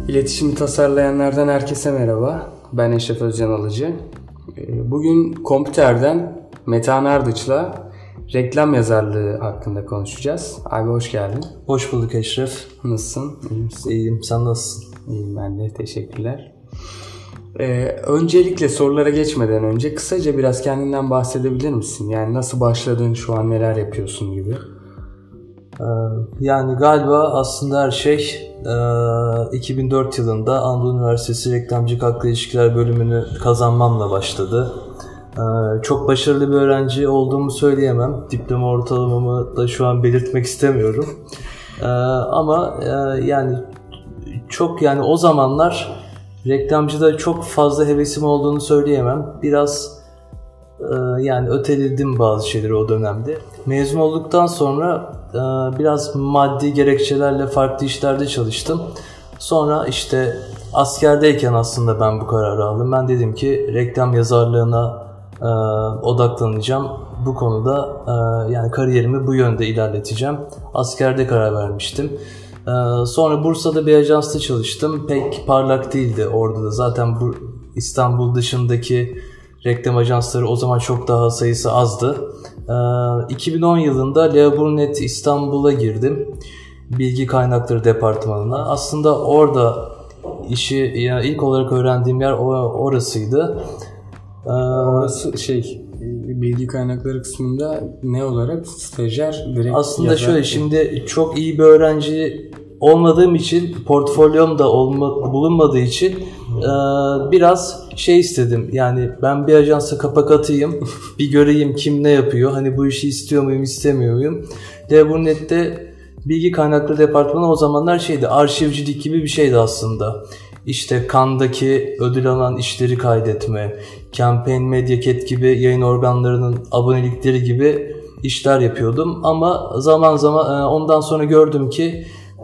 İletişimi tasarlayanlardan herkese merhaba. Ben Eşref Özcan Alıcı. Bugün Kompüter'den Metehan Ardıç'la reklam yazarlığı hakkında konuşacağız. Abi hoş geldin. Hoş bulduk Eşref. Nasılsın? İyi misin? İyiyim. Sen nasılsın? İyiyim ben de. Teşekkürler. Öncelikle sorulara geçmeden önce kısaca biraz kendinden bahsedebilir misin? Yani nasıl başladın, şu an neler yapıyorsun gibi. Yani galiba aslında her şey 2004 yılında Anadolu Üniversitesi Reklamcılık Halkla İlişkiler bölümünü kazanmamla başladı. Çok başarılı bir öğrenci olduğumu söyleyemem. Diploma ortalamamı da şu an belirtmek istemiyorum. Ama yani o zamanlar reklamcıda çok fazla hevesim olduğunu söyleyemem. Biraz yani öteledim bazı şeyleri o dönemde. Mezun olduktan sonra biraz maddi gerekçelerle farklı işlerde çalıştım. Sonra işte askerdeyken aslında ben bu kararı aldım. Ben dedim ki reklam yazarlığına odaklanacağım. Bu konuda yani kariyerimi bu yönde ilerleteceğim. Askerde karar vermiştim. Sonra Bursa'da bir ajansta çalıştım. Pek parlak değildi orada da. Zaten bu İstanbul dışındaki reklam ajansları o zaman çok daha sayısı azdı. 2010 yılında Leo Burnett İstanbul'a girdim. Bilgi Kaynakları Departmanı'na. Aslında orada işi ilk olarak öğrendiğim yer orasıydı. Orası bilgi kaynakları kısmında ne olarak? Stajyer, direkt aslında yazar. Şöyle, şimdi çok iyi bir öğrenci olmadığım için, portfolyom da bulunmadığı için biraz istedim. Yani ben bir ajansa kapak atayım, bir göreyim kim ne yapıyor. Hani bu işi istiyor muyum, istemiyor muyum? Leo Burnett'te Bilgi Kaynakları Departmanı o zamanlar arşivcilik gibi bir şeydi aslında. İşte Cannes'daki ödül alan işleri kaydetme, Campaign Media Kit gibi yayın organlarının abonelikleri gibi işler yapıyordum. Ama zaman zaman ondan sonra gördüm ki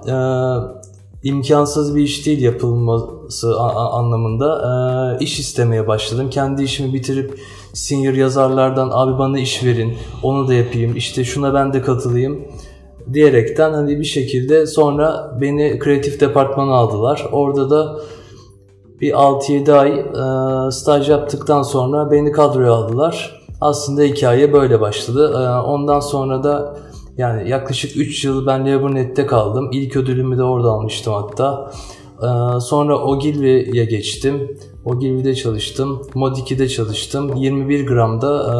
imkansız bir iş değil yapılması anlamında. İş istemeye başladım. Kendi işimi bitirip senior yazarlardan abi bana iş verin, onu da yapayım, işte şuna ben de katılayım diyerekten hani bir şekilde sonra beni kreatif departmana aldılar. Orada da bir 6-7 ay staj yaptıktan sonra beni kadroya aldılar. Aslında hikaye böyle başladı. Ondan sonra da yani yaklaşık 3 yıl ben Leo Burnett'te kaldım. İlk ödülümü de orada almıştım hatta. Sonra Ogilvy'ye geçtim. Ogilvy'de çalıştım. Mod 2'de çalıştım. 21 gramda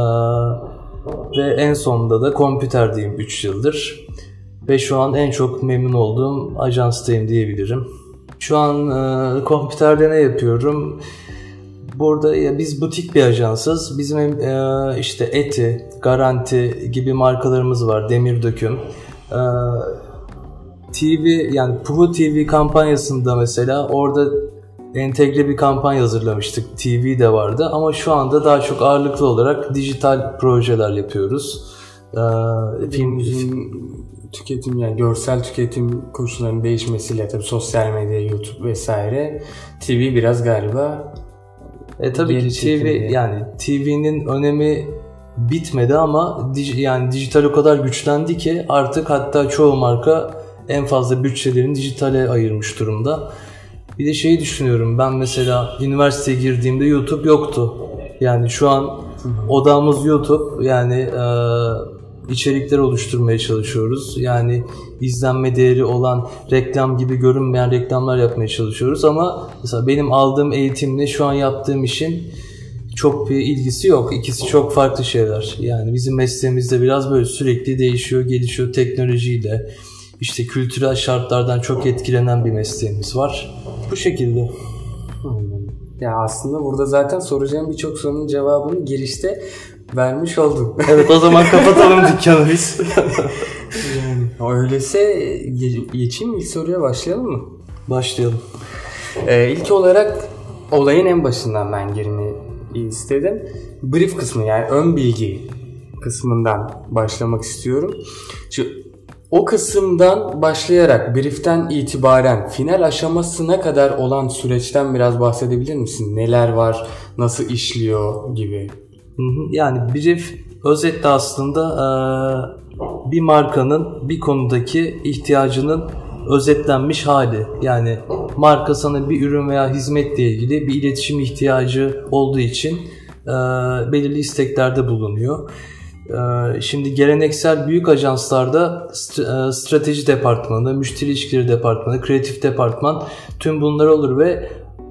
ve en sonunda da Kompüter'deyim 3 yıldır. Ve şu an en çok memnun olduğum ajanstayım diyebilirim. Şu an Kompüter'de ne yapıyorum? Burada biz butik bir ajansız. Bizim işte Eti, Garanti gibi markalarımız var. Demir Döküm. TV yani Puhu TV kampanyasında mesela orada entegre bir kampanya hazırlamıştık. TV de vardı ama şu anda daha çok ağırlıklı olarak dijital projeler yapıyoruz. Film tüketim, yani görsel tüketim koşullarının değişmesiyle tabii sosyal medya, YouTube vesaire TV biraz galiba tabii ki TV, yani TV'nin önemi bitmedi ama yani dijital o kadar güçlendi ki artık hatta çoğu marka en fazla bütçelerini dijitale ayırmış durumda. Bir de düşünüyorum, ben mesela üniversiteye girdiğimde YouTube yoktu. Yani şu an odamız YouTube, yani içerikler oluşturmaya çalışıyoruz. Yani izlenme değeri olan reklam gibi görünmeyen reklamlar yapmaya çalışıyoruz ama mesela benim aldığım eğitimle şu an yaptığım işin çok bir ilgisi yok. İkisi çok farklı şeyler. Yani bizim mesleğimizde biraz böyle sürekli değişiyor, gelişiyor teknolojiyle. İşte kültürel şartlardan çok etkilenen bir mesleğimiz var. Bu şekilde. Ya aslında burada zaten soracağım birçok sorunun cevabını girişte vermiş olduk. Evet, o zaman kapatalım dükkanı biz. Yani öyleyse geçeyim, ilk soruya başlayalım mı? Başlayalım. İlk olarak olayın en başından ben girmeyi istedim. Brief kısmı, yani ön bilgi kısmından başlamak istiyorum. O kısımdan başlayarak brieften itibaren final aşamasına kadar olan süreçten biraz bahsedebilir misin? Neler var, nasıl işliyor gibi. Yani brief özetle aslında bir markanın bir konudaki ihtiyacının özetlenmiş hali. Yani marka sana bir ürün veya hizmetle ilgili bir iletişim ihtiyacı olduğu için belirli isteklerde bulunuyor. Şimdi geleneksel büyük ajanslarda strateji departmanı, müşteri ilişkileri departmanı, kreatif departman tüm bunlar olur ve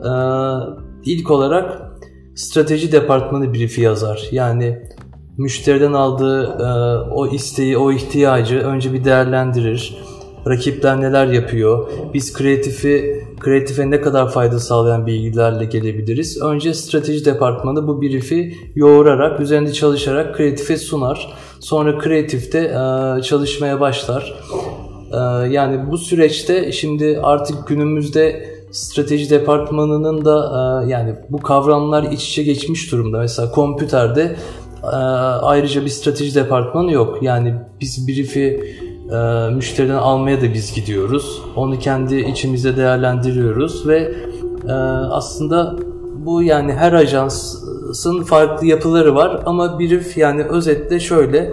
ilk olarak strateji departmanı brief'i yazar. Yani müşteriden aldığı o isteği, o ihtiyacı önce bir değerlendirir. Rakipler neler yapıyor? Biz kreatife ne kadar fayda sağlayan bilgilerle gelebiliriz? Önce strateji departmanı bu brief'i yoğurarak, üzerinde çalışarak kreatife sunar. Sonra kreatifte çalışmaya başlar. Yani bu süreçte şimdi artık günümüzde strateji departmanının da yani bu kavramlar iç içe geçmiş durumda. Mesela kompüterde ayrıca bir strateji departmanı yok. Yani biz brief'i müşteriden almaya da biz gidiyoruz. Onu kendi içimizde değerlendiriyoruz ve aslında bu yani her ajansın farklı yapıları var ama brief yani özetle şöyle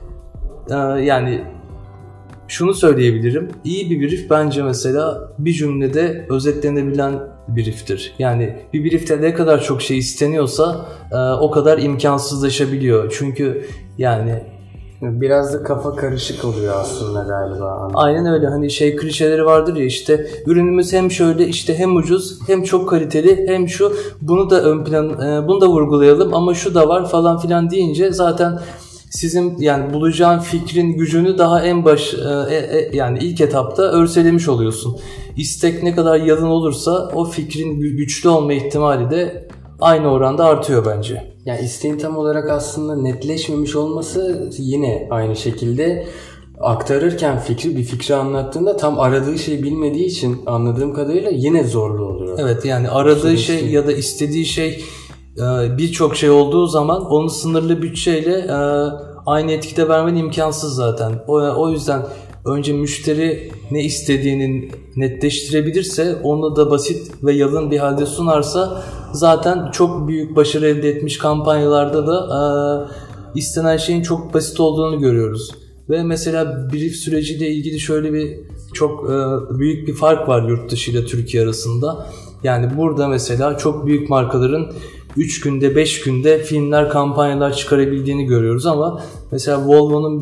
yani şunu söyleyebilirim. İyi bir brief bence mesela bir cümlede özetlenebilen brief'tir. Yani bir brief'te ne kadar çok şey isteniyorsa o kadar imkansızlaşabiliyor. Çünkü yani biraz da kafa karışık oluyor aslında galiba. Aynen öyle. Hani klişeleri vardır ya, işte ürünümüz hem şöyle, işte hem ucuz, hem çok kaliteli, hem şu, bunu da bunu da vurgulayalım ama şu da var falan filan deyince zaten sizin yani bulacağın fikrin gücünü daha en baş yani ilk etapta örselemiş oluyorsun. İstek ne kadar yalın olursa o fikrin güçlü olma ihtimali de aynı oranda artıyor bence. Yani isteğin tam olarak aslında netleşmemiş olması yine aynı şekilde aktarırken bir fikri anlattığında tam aradığı şeyi bilmediği için anladığım kadarıyla yine zorlu oluyor. Evet, yani aradığı şey ya da istediği şey birçok şey olduğu zaman onun sınırlı bütçeyle aynı etkide vermen imkansız zaten. O yüzden önce müşteri ne istediğini netleştirebilirse, onu da basit ve yalın bir halde sunarsa zaten çok büyük başarı elde etmiş kampanyalarda da istenen şeyin çok basit olduğunu görüyoruz. Ve mesela brief süreciyle ilgili şöyle bir çok büyük bir fark var yurt dışı ile Türkiye arasında. Yani burada mesela çok büyük markaların 3 günde 5 günde filmler, kampanyalar çıkarabildiğini görüyoruz ama mesela Volvo'nun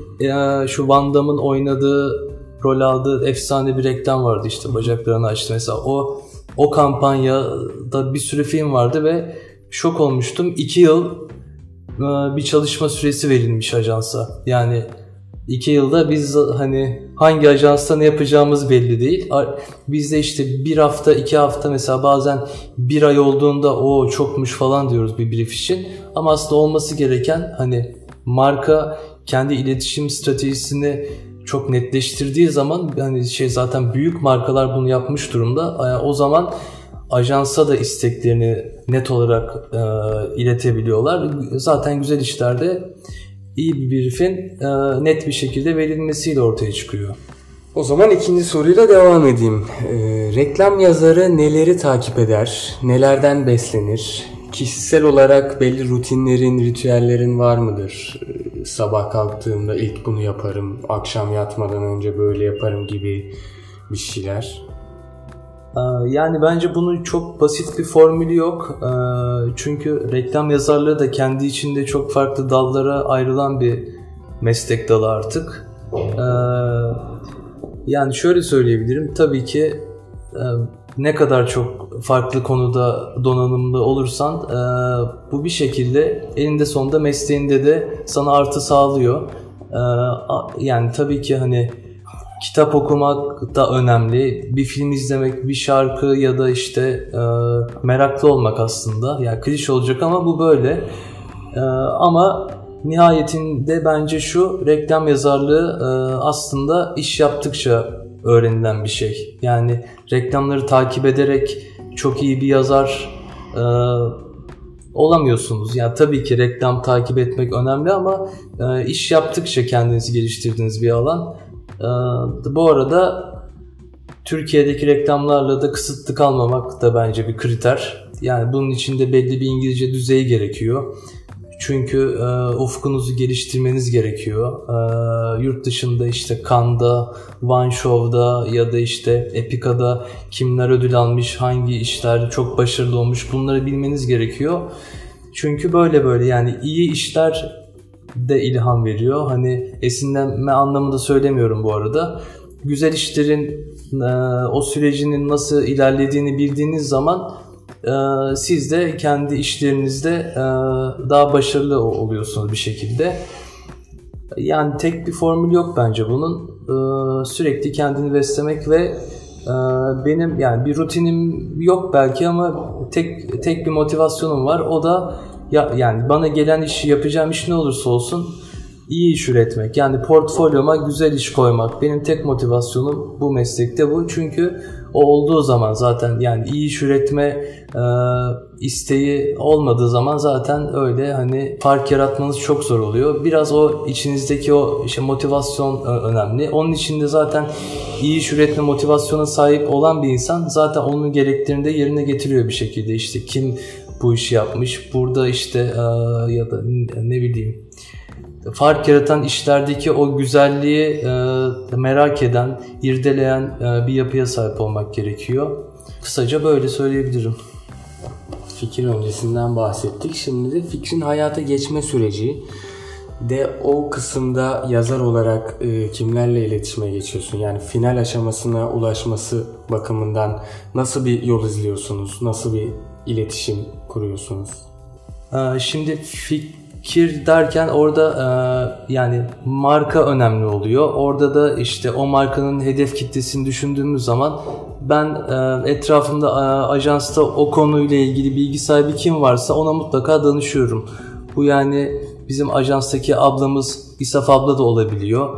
şu Van Damme'ın oynadığı, rol aldığı efsane bir reklam vardı, işte bacaklarını açtı. Mesela o kampanyada bir sürü film vardı ve şok olmuştum. 2 yıl bir çalışma süresi verilmiş ajansa. Yani 2 yılda biz hani hangi ajansta ne yapacağımız belli değil. Bizde işte 1 hafta 2 hafta, mesela bazen 1 ay olduğunda o çokmuş falan diyoruz bir brief için. Ama aslında olması gereken, hani marka kendi iletişim stratejisini çok netleştirdiği zaman, hani zaten büyük markalar bunu yapmış durumda. O zaman ajansa da isteklerini net olarak iletebiliyorlar. Zaten güzel işlerde iyi bir brief'in net bir şekilde verilmesiyle ortaya çıkıyor. O zaman ikinci soruyla devam edeyim. Reklam yazarı neleri takip eder? Nelerden beslenir? Kişisel olarak belli rutinlerin, ritüellerin var mıdır? Sabah kalktığımda ilk bunu yaparım, akşam yatmadan önce böyle yaparım gibi bir şeyler. Yani bence bunun çok basit bir formülü yok. Çünkü reklam yazarlığı da kendi içinde çok farklı dallara ayrılan bir meslek dalı artık. Yani şöyle söyleyebilirim. Tabii ki ne kadar çok farklı konuda donanımlı olursan bu bir şekilde eninde sonunda mesleğinde de sana artı sağlıyor. Yani tabii ki hani kitap okumak da önemli. Bir film izlemek, bir şarkı ya da işte meraklı olmak aslında. Yani klişe olacak ama bu böyle. Ama nihayetinde bence şu, reklam yazarlığı aslında iş yaptıkça öğrenilen bir şey. Yani reklamları takip ederek çok iyi bir yazar olamıyorsunuz. Yani tabii ki reklam takip etmek önemli ama iş yaptıkça kendinizi geliştirdiğiniz bir alan. Bu arada Türkiye'deki reklamlarla da kısıtlı kalmamak da bence bir kriter. Yani bunun için de belli bir İngilizce düzeyi gerekiyor. Çünkü ufkunuzu geliştirmeniz gerekiyor. Yurt dışında işte Cannes'da, One Show'da ya da işte Epica'da kimler ödül almış, hangi işler çok başarılı olmuş, bunları bilmeniz gerekiyor. Çünkü böyle yani iyi işler de ilham veriyor. Hani esinlenme anlamında söylemiyorum bu arada. Güzel işlerin o sürecinin nasıl ilerlediğini bildiğiniz zaman siz de kendi işlerinizde daha başarılı oluyorsunuz bir şekilde. Yani tek bir formül yok bence bunun. Sürekli kendini beslemek ve benim yani bir rutinim yok belki ama tek bir motivasyonum var. O da yani bana gelen işi, yapacağım iş ne olursa olsun iyi iş üretmek. Yani portfolyoma güzel iş koymak. Benim tek motivasyonum bu meslekte bu. Çünkü o olduğu zaman zaten yani iyi iş üretme isteği olmadığı zaman zaten öyle hani fark yaratmanız çok zor oluyor. Biraz o içinizdeki o işte motivasyon önemli. Onun için de zaten iyi iş üretme motivasyona sahip olan bir insan zaten onun gereklerini de yerine getiriyor bir şekilde. İşte kim bu işi yapmış burada işte ya da ne bileyim fark yaratan işlerdeki o güzelliği merak eden, irdeleyen bir yapıya sahip olmak gerekiyor. Kısaca böyle söyleyebilirim. Fikir öncesinden bahsettik. Şimdi de fikrin hayata geçme süreci de o kısımda yazar olarak kimlerle iletişime geçiyorsun? Yani final aşamasına ulaşması bakımından nasıl bir yol izliyorsunuz? Nasıl bir iletişim kuruyorsunuz? Şimdi fikir derken orada yani marka önemli oluyor. Orada da işte o markanın hedef kitlesini düşündüğümüz zaman ben etrafımda ajansta o konuyla ilgili bilgi sahibi kim varsa ona mutlaka danışıyorum. Bu yani bizim ajanstaki ablamız İsaf abla da olabiliyor.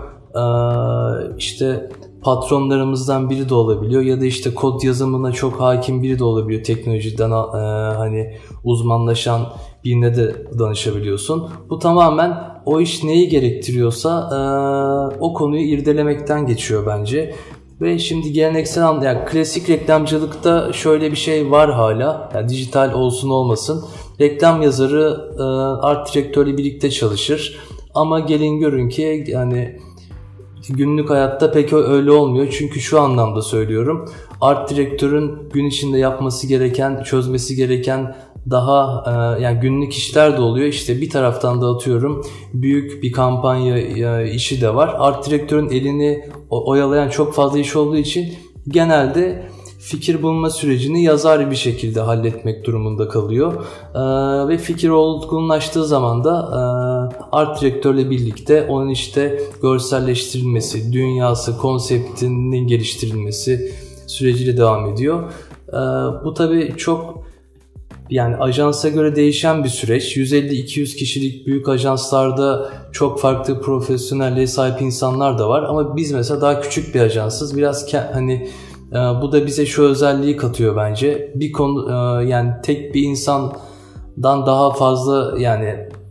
İşte patronlarımızdan biri de olabiliyor ya da işte kod yazımına çok hakim biri de olabiliyor. Teknolojiden hani uzmanlaşan birine de danışabiliyorsun. Bu tamamen o iş neyi gerektiriyorsa o konuyu irdelemekten geçiyor bence. Ve şimdi geleneksel yani klasik reklamcılıkta şöyle bir şey var hala. Yani dijital olsun olmasın. Reklam yazarı art direktörle birlikte çalışır. Ama gelin görün ki yani günlük hayatta pek öyle olmuyor. Çünkü şu anlamda söylüyorum. Art direktörün gün içinde yapması gereken, çözmesi gereken daha yani günlük işler de oluyor. İşte bir taraftan da atıyorum büyük bir kampanya işi de var. Art direktörün elini oyalayan çok fazla iş olduğu için genelde fikir bulma sürecini yazar bir şekilde halletmek durumunda kalıyor. Ve fikir olgunlaştığı zaman da art direktörle birlikte onun işte görselleştirilmesi, dünyası, konseptinin geliştirilmesi süreciyle devam ediyor. Bu tabii çok yani ajansa göre değişen bir süreç. 150-200 kişilik büyük ajanslarda çok farklı profesyonelliğe sahip insanlar da var. Ama biz mesela daha küçük bir ajansız. Biraz hani bu da bize şu özelliği katıyor bence. Bir konu yani tek bir insandan daha fazla yani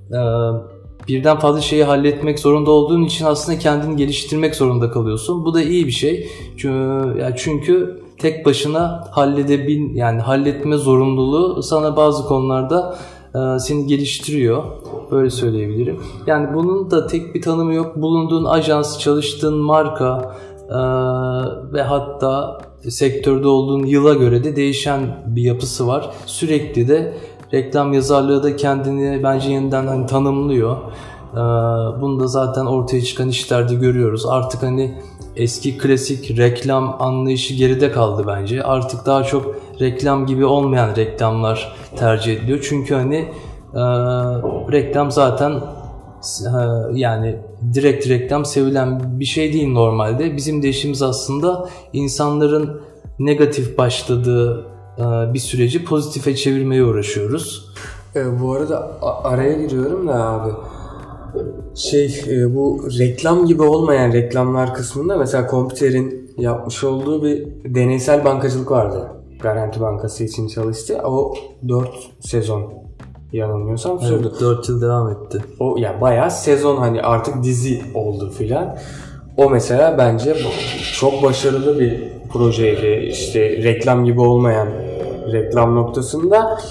birden fazla şeyi halletmek zorunda olduğun için aslında kendini geliştirmek zorunda kalıyorsun. Bu da iyi bir şey. Çünkü tek başına yani halletme zorunluluğu sana bazı konularda seni geliştiriyor. Böyle söyleyebilirim. Yani bunun da tek bir tanımı yok. Bulunduğun ajans, çalıştığın marka ve hatta sektörde olduğun yıla göre de değişen bir yapısı var. Sürekli de reklam yazarlığı da kendini bence yeniden hani tanımlıyor. Bunu da zaten ortaya çıkan işlerde görüyoruz. Artık hani eski klasik reklam anlayışı geride kaldı bence. Artık daha çok reklam gibi olmayan reklamlar tercih ediliyor. Çünkü hani reklam zaten yani direkt reklam sevilen bir şey değil normalde. Bizim de işimiz aslında insanların negatif başladığı bir süreci pozitife çevirmeye uğraşıyoruz. Bu arada araya giriyorum da abi. Bu reklam gibi olmayan reklamlar kısmında mesela Computer'in yapmış olduğu bir deneysel bankacılık vardı. Garanti Bankası için çalıştı. O 4 sezon yanılmıyorsam sürdü. Evet, 4 yıl devam etti. O yani bayağı sezon hani artık dizi oldu filan. O mesela bence çok başarılı bir projeydi. İşte reklam gibi olmayan reklam noktasında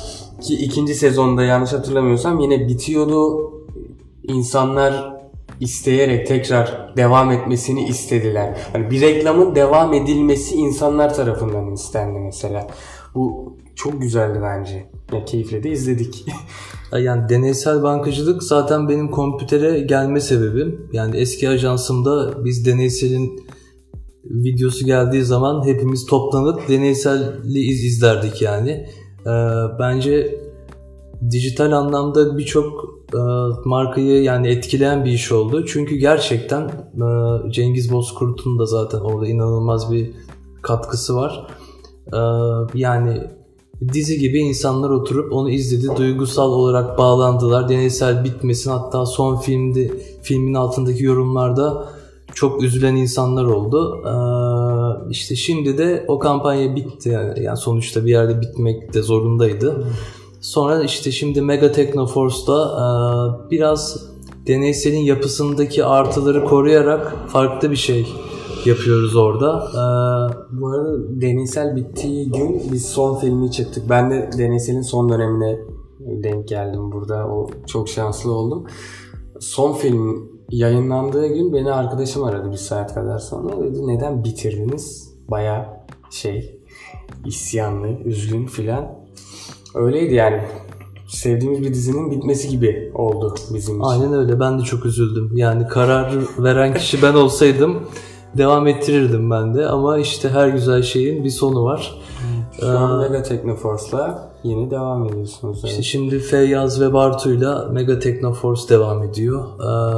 Ki ikinci sezonda yanlış hatırlamıyorsam yine bitiyordu. İnsanlar isteyerek tekrar devam etmesini istediler. Yani bir reklamın devam edilmesi insanlar tarafından istendi mesela. Bu çok güzeldi bence. Ya keyifle de izledik. Yani deneysel bankacılık zaten benim kompütere gelme sebebim. Yani eski ajansımda biz deneyselin videosu geldiği zaman hepimiz toplanıp deneyselli izlerdik yani. Bence dijital anlamda birçok markayı yani etkileyen bir iş oldu. Çünkü gerçekten Cengiz Bozkurt'un da zaten orada inanılmaz bir katkısı var. Yani dizi gibi insanlar oturup onu izledi. Duygusal olarak bağlandılar. Deneysel bitmesin. Hatta son filmin altındaki yorumlarda çok üzülen insanlar oldu. İşte şimdi de o kampanya bitti. Yani sonuçta bir yerde bitmek de zorundaydı. Sonra işte şimdi Mega Technoforce'da biraz deneyselin yapısındaki artıları koruyarak farklı bir şey yapıyoruz orada. Bu arada deneysel bittiği gün biz son filmi çıktık. Ben de deneyselin son dönemine denk geldim burada. O çok şanslı oldum. Son film yayınlandığı gün beni arkadaşım aradı bir saat kadar sonra. Dedi neden bitirdiniz? Baya isyanlı, üzgün filan. Öyleydi yani. Sevdiğimiz bir dizinin bitmesi gibi oldu bizim için. Aynen öyle. Ben de çok üzüldüm. Yani karar veren kişi ben olsaydım devam ettirirdim ben de. Ama işte her güzel şeyin bir sonu var. Şu an Mega Technoforce'la yeni devam ediyorsunuz. İşte şimdi Feyyaz ve Bartu'yla Mega Technoforce devam ediyor.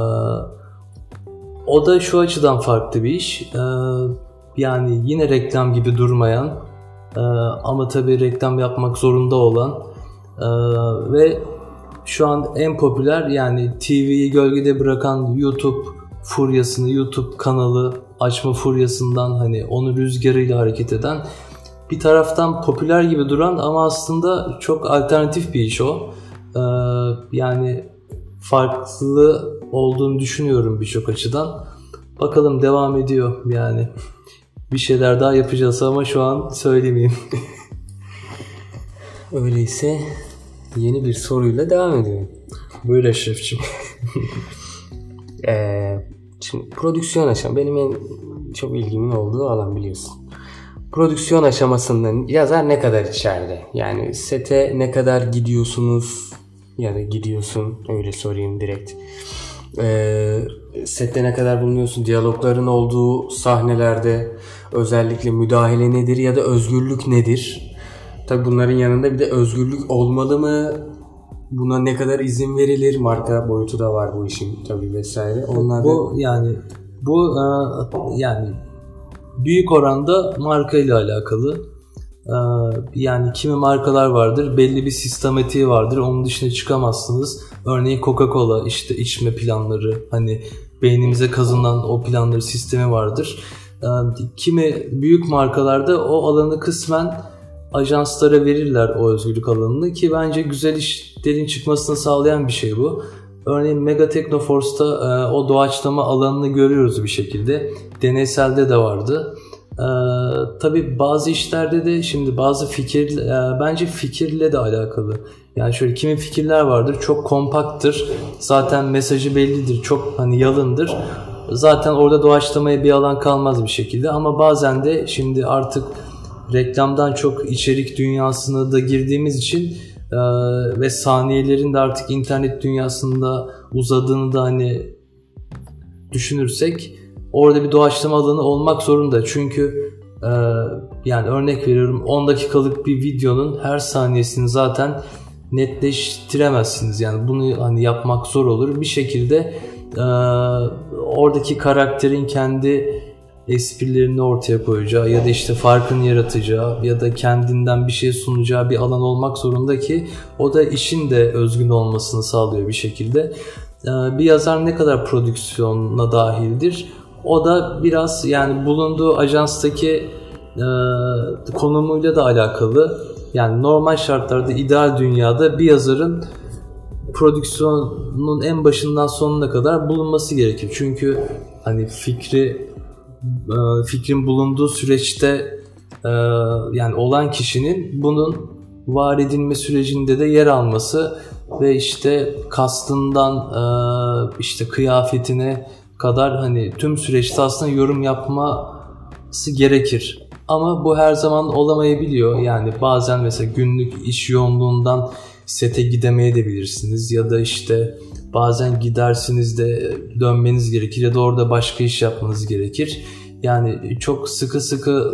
O da şu açıdan farklı bir iş. Yani yine reklam gibi durmayan ama tabii reklam yapmak zorunda olan ve şu an en popüler yani TV'yi gölgede bırakan YouTube furyasını, YouTube kanalı açma furyasından hani onun rüzgarıyla hareket eden bir taraftan popüler gibi duran ama aslında çok alternatif bir iş o. Yani farklı olduğunu düşünüyorum birçok açıdan. Bakalım devam ediyor yani. Bir şeyler daha yapacağız ama şu an söylemeyeyim. Öyleyse yeni bir soruyla devam ediyorum. Buyur Eşref'ciğim. Şimdi prodüksiyon aşaması benim en çok ilgimin olduğu alan biliyorsun. Prodüksiyon aşamasından yazar ne kadar içeride? Yani sete ne kadar gidiyorsunuz ya da gidiyorsun öyle sorayım direkt. Sette ne kadar bulunuyorsun? Diyalogların olduğu sahnelerde özellikle müdahale nedir ya da özgürlük nedir? Tabii bunların yanında bir de özgürlük olmalı mı? Buna ne kadar izin verilir? Marka boyutu da var bu işin tabii vesaire. Onlar bu yani büyük oranda marka ile alakalı. Yani kimi markalar vardır, belli bir sistematiği vardır. Onun dışına çıkamazsınız. Örneğin Coca-Cola işte içme planları, hani beynimize kazınan o planları, sistemi vardır. Kimi büyük markalarda o alanı kısmen ajanslara verirler, o özgürlük alanını, ki bence güzel işlerin çıkmasını sağlayan bir şey bu. Örneğin Mega Technoforce'ta o doğaçlama alanını görüyoruz bir şekilde. Deneyselde de vardı. Tabii bazı işlerde de şimdi bazı bence fikirle de alakalı. Yani şöyle kimi fikirler vardır, çok kompaktır. Zaten mesajı bellidir, çok hani yalındır. Zaten orada doğaçlamaya bir alan kalmaz bir şekilde. Ama bazen de şimdi artık reklamdan çok içerik dünyasına da girdiğimiz için ve saniyelerin de artık internet dünyasında uzadığını da hani düşünürsek orada bir doğaçlama alanı olmak zorunda. Çünkü yani örnek veriyorum, 10 dakikalık bir videonun her saniyesini zaten netleştiremezsiniz. Yani bunu hani yapmak zor olur. Bir şekilde oradaki karakterin kendi esprilerini ortaya koyacağı ya da işte farkını yaratacağı ya da kendinden bir şey sunacağı bir alan olmak zorunda ki o da işin de özgün olmasını sağlıyor bir şekilde. Bir yazar ne kadar prodüksiyona dahildir? O da biraz yani bulunduğu ajanstaki konumuyla da alakalı. Yani normal şartlarda, ideal dünyada bir yazarın prodüksiyonun en başından sonuna kadar bulunması gerekir. Çünkü hani fikrin bulunduğu süreçte yani olan kişinin bunun var edilme sürecinde de yer alması ve işte kastından işte kıyafetine kadar hani tüm süreçte aslında yorum yapması gerekir. Ama bu her zaman olamayabiliyor. Yani bazen mesela günlük iş yoğunluğundan sete gidemeyebilirsiniz ya da işte bazen gidersiniz de dönmeniz gerekir ya da orada başka iş yapmanız gerekir. Yani çok sıkı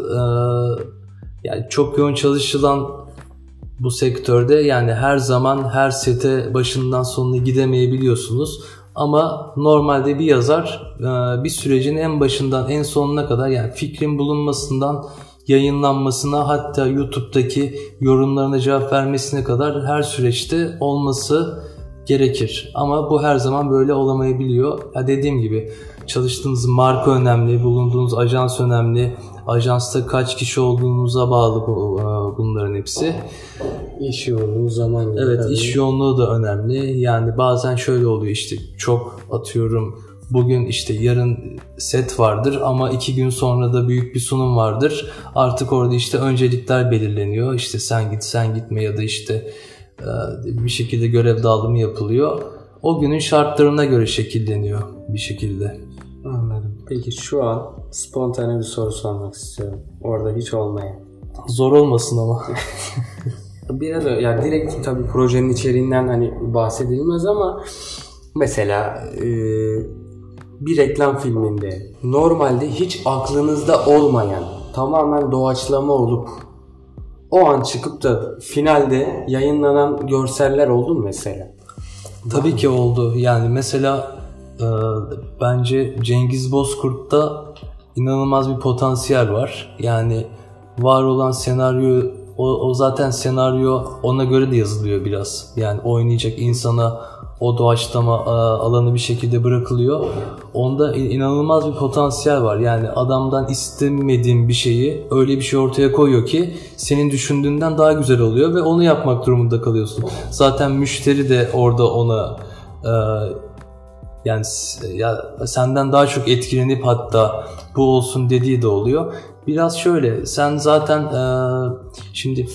yani çok yoğun çalışılan bu sektörde yani her zaman her sete başından sonuna gidemeyebiliyorsunuz. Ama normalde bir yazar bir sürecin en başından en sonuna kadar yani fikrin bulunmasından yayınlanmasına hatta YouTube'daki yorumlarına cevap vermesine kadar her süreçte olması gerekir. Ama bu her zaman böyle olamayabiliyor. Ya dediğim gibi çalıştığınız marka önemli, bulunduğunuz ajans önemli. Ajansta kaç kişi olduğunuza bağlı bunların hepsi. İş yoğunluğu, zaman. Evet, tabii. İş yoğunluğu da önemli. Yani bazen şöyle oluyor işte çok atıyorum bugün işte yarın set vardır ama 2 gün sonra da büyük bir sunum vardır. Artık orada işte öncelikler belirleniyor. İşte sen gitme ya da işte bir şekilde görev dağılımı yapılıyor. O günün şartlarına göre şekilleniyor bir şekilde. Anladım. Peki şu an spontane bir soru sormak istiyorum. Orada hiç olmayan. Zor olmasın ama. Biraz yani direkt tabii projenin içeriğinden hani bahsedilmez ama mesela bir reklam filminde normalde hiç aklınızda olmayan tamamen doğaçlama olup o an çıkıp da finalde yayınlanan görseller oldu mu mesela? Tabii ki oldu. Yani mesela bence Cengiz Bozkurt'ta inanılmaz bir potansiyel var. Yani var olan senaryo o zaten senaryo ona göre de yazılıyor biraz. Yani oynayacak insana o doğaçlama alanı bir şekilde bırakılıyor. Onda inanılmaz bir potansiyel var. Yani adamdan istemediğin bir şeyi öyle bir şey ortaya koyuyor ki senin düşündüğünden daha güzel oluyor ve onu yapmak durumunda kalıyorsun. Zaten müşteri de orada ona yani ya senden daha çok etkilenip hatta bu olsun dediği de oluyor. Biraz şöyle sen zaten şimdi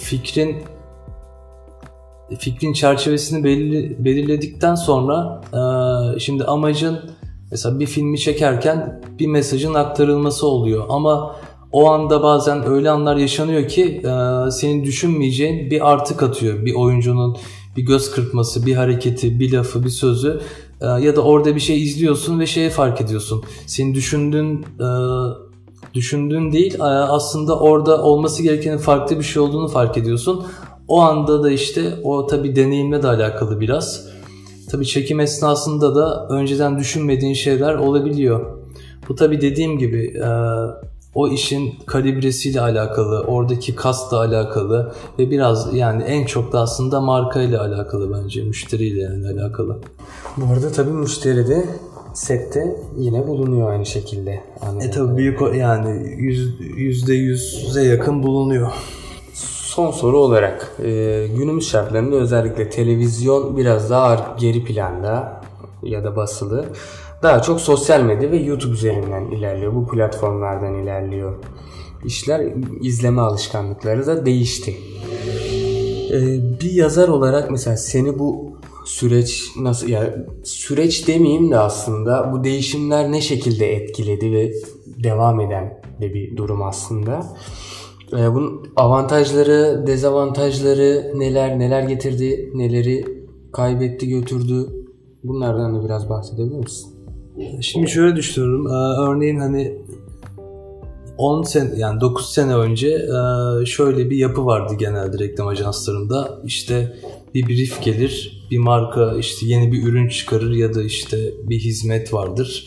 fikrin çerçevesini belirledikten sonra şimdi amacın mesela bir filmi çekerken bir mesajın aktarılması oluyor ama o anda bazen öyle anlar yaşanıyor ki senin düşünmeyeceğin bir artı katıyor bir oyuncunun bir göz kırpması, bir hareketi, bir lafı, bir sözü ya da orada bir şey izliyorsun ve şeyi fark ediyorsun. Senin düşündüğün değil aslında orada olması gerekenin farklı bir şey olduğunu fark ediyorsun. O anda da işte o tabii deneyimle de alakalı biraz. Tabii çekim esnasında da önceden düşünmediğin şeyler olabiliyor. Bu tabii dediğim gibi o işin kalibresiyle alakalı, oradaki kastla alakalı ve biraz yani en çok da aslında markayla alakalı bence, müşteriyle yani alakalı. Bu arada tabii müşteri de sette yine bulunuyor aynı şekilde. Tabii büyük yani %100'e yakın bulunuyor. Son soru olarak günümüz şartlarında özellikle televizyon biraz daha geri planda ya da basılı. Daha çok sosyal medya ve YouTube üzerinden ilerliyor. Bu platformlardan ilerliyor. İşler izleme alışkanlıkları da değişti. Bir yazar olarak mesela seni bu süreç nasıl yani süreç demeyeyim de aslında bu değişimler ne şekilde etkiledi ve devam eden de bir durum aslında. Bunun avantajları, dezavantajları neler getirdi, neleri kaybetti, götürdü. Bunlardan da biraz bahsedebilir misin? Şimdi şöyle düşünüyorum. Örneğin hani 10 sene yani 9 sene önce şöyle bir yapı vardı genelde reklam ajanslarında. İşte bir brief gelir, bir marka işte yeni bir ürün çıkarır ya da işte bir hizmet vardır.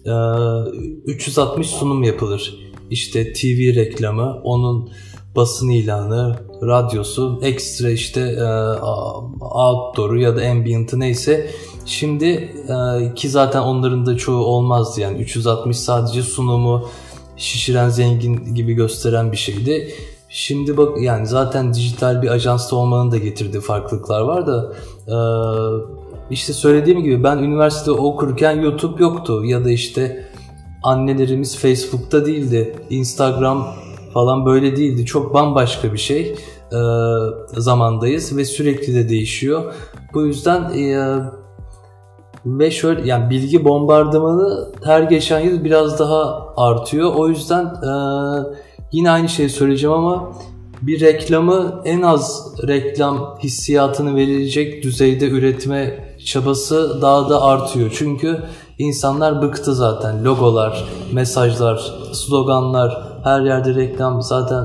360 sunum yapılır. İşte TV reklamı, onun basın ilanı, radyosu, ekstra işte outdoor'u ya da ambient'ı neyse. Şimdi ki zaten onların da çoğu olmazdı yani 360 sadece sunumu şişiren zengin gibi gösteren bir şeydi. Şimdi bak yani zaten dijital bir ajansta olmanın da getirdiği farklılıklar var da işte söylediğim gibi ben üniversite okurken YouTube yoktu ya da işte annelerimiz Facebook'ta değildi, Instagram falan böyle değildi. Çok bambaşka bir şey. zamandayız ve sürekli de değişiyor. Bu yüzden ve şöyle, yani bilgi bombardımanı her geçen yıl biraz daha artıyor. O yüzden yine aynı şeyi söyleyeceğim ama bir reklamı en az reklam hissiyatını verilecek düzeyde üretme çabası daha da artıyor. Çünkü insanlar bıktı zaten. Logolar, mesajlar, sloganlar, her yerde reklam zaten.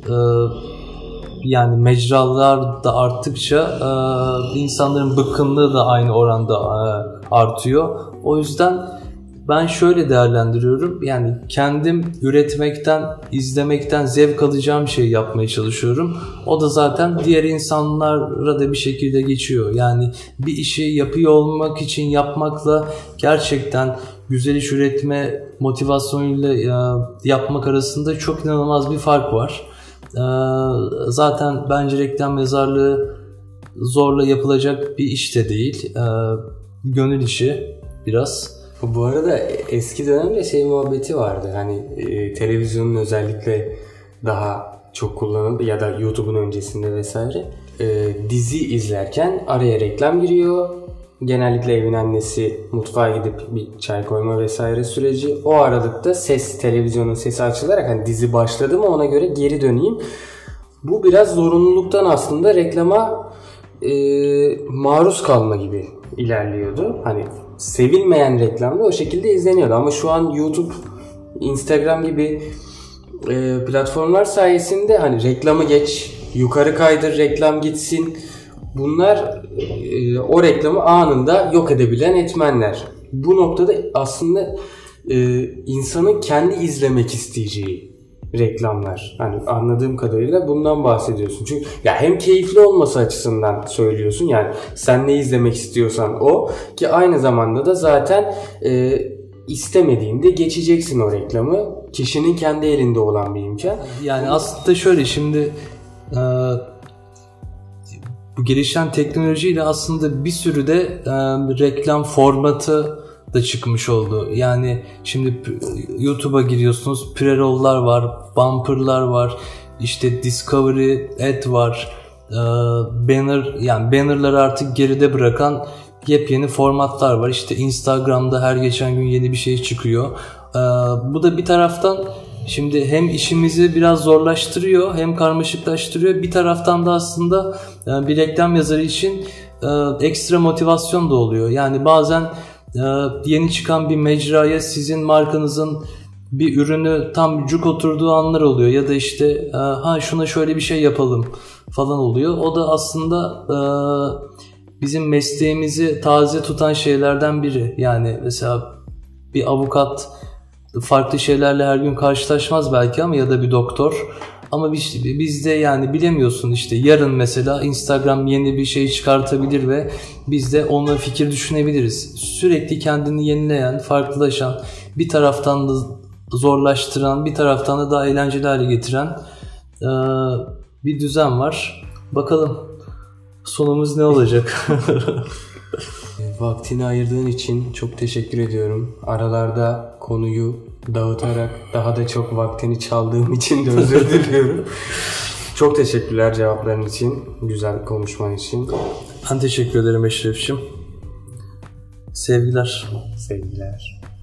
Yani mecralar da arttıkça insanların bıkkınlığı da aynı oranda artıyor. O yüzden ben şöyle değerlendiriyorum. Yani kendim üretmekten, izlemekten zevk alacağım şeyi yapmaya çalışıyorum. O da zaten diğer insanlara da bir şekilde geçiyor. Yani bir işi yapıyor olmak için yapmakla gerçekten güzel iş üretme motivasyonuyla yapmak arasında çok inanılmaz bir fark var. Zaten bence reklam yazarlığı zorla yapılacak bir iş de değil. Gönül işi biraz. Bu arada eski dönemde muhabbeti vardı. Hani televizyonun özellikle daha çok kullanıldı ya da YouTube'un öncesinde vesaire. Dizi izlerken araya reklam giriyor. Genellikle evin annesi mutfağa gidip bir çay koyma vesaire süreci. O aralıkta televizyonun sesi açılarak hani dizi başladı mı ona göre geri döneyim. Bu biraz zorunluluktan aslında reklama maruz kalma gibi ilerliyordu. Hani sevilmeyen reklam da o şekilde izleniyordu. Ama şu an YouTube, Instagram gibi platformlar sayesinde hani reklamı geç, yukarı kaydır, reklam gitsin. Bunlar o reklamı anında yok edebilen etmenler. Bu noktada aslında insanın kendi izlemek isteyeceği reklamlar. Hani anladığım kadarıyla bundan bahsediyorsun. Çünkü ya hem keyifli olması açısından söylüyorsun. Yani sen ne izlemek istiyorsan o, ki aynı zamanda da zaten istemediğinde geçeceksin o reklamı. Kişinin kendi elinde olan bir imkan. Yani aslında şöyle, şimdi bu gelişen teknolojiyle aslında bir sürü de reklam formatı da çıkmış oldu. Yani şimdi YouTube'a giriyorsunuz, pre-roll'lar var, bumper'lar var, işte Discovery Ad var, banner, yani banner'ları artık geride bırakan yepyeni formatlar var. İşte Instagram'da her geçen gün yeni bir şey çıkıyor. Bu da bir taraftan şimdi hem işimizi biraz zorlaştırıyor hem karmaşıklaştırıyor. Bir taraftan da aslında bir reklam yazarı için ekstra motivasyon da oluyor. Yani bazen yeni çıkan bir mecraya sizin markanızın bir ürünü tam cuk oturduğu anlar oluyor. Ya da işte şuna şöyle bir şey yapalım falan oluyor. O da aslında bizim mesleğimizi taze tutan şeylerden biri. Yani mesela bir avukat farklı şeylerle her gün karşılaşmaz belki ama, ya da bir doktor. Ama bizde yani bilemiyorsun, işte yarın mesela Instagram yeni bir şey çıkartabilir ve biz de onunla fikir düşünebiliriz. Sürekli kendini yenileyen, farklılaşan, bir taraftan da zorlaştıran, bir taraftan da daha eğlenceli hale getiren bir düzen var. Bakalım sonumuz ne olacak? Vaktini ayırdığın için çok teşekkür ediyorum. Aralarda konuyu dağıtarak daha da çok vaktini çaldığım için de özür diliyorum. Çok teşekkürler cevapların için, güzel konuşman için. Ben teşekkür ederim Eşref'ciğim. Sevgiler. Sevgiler.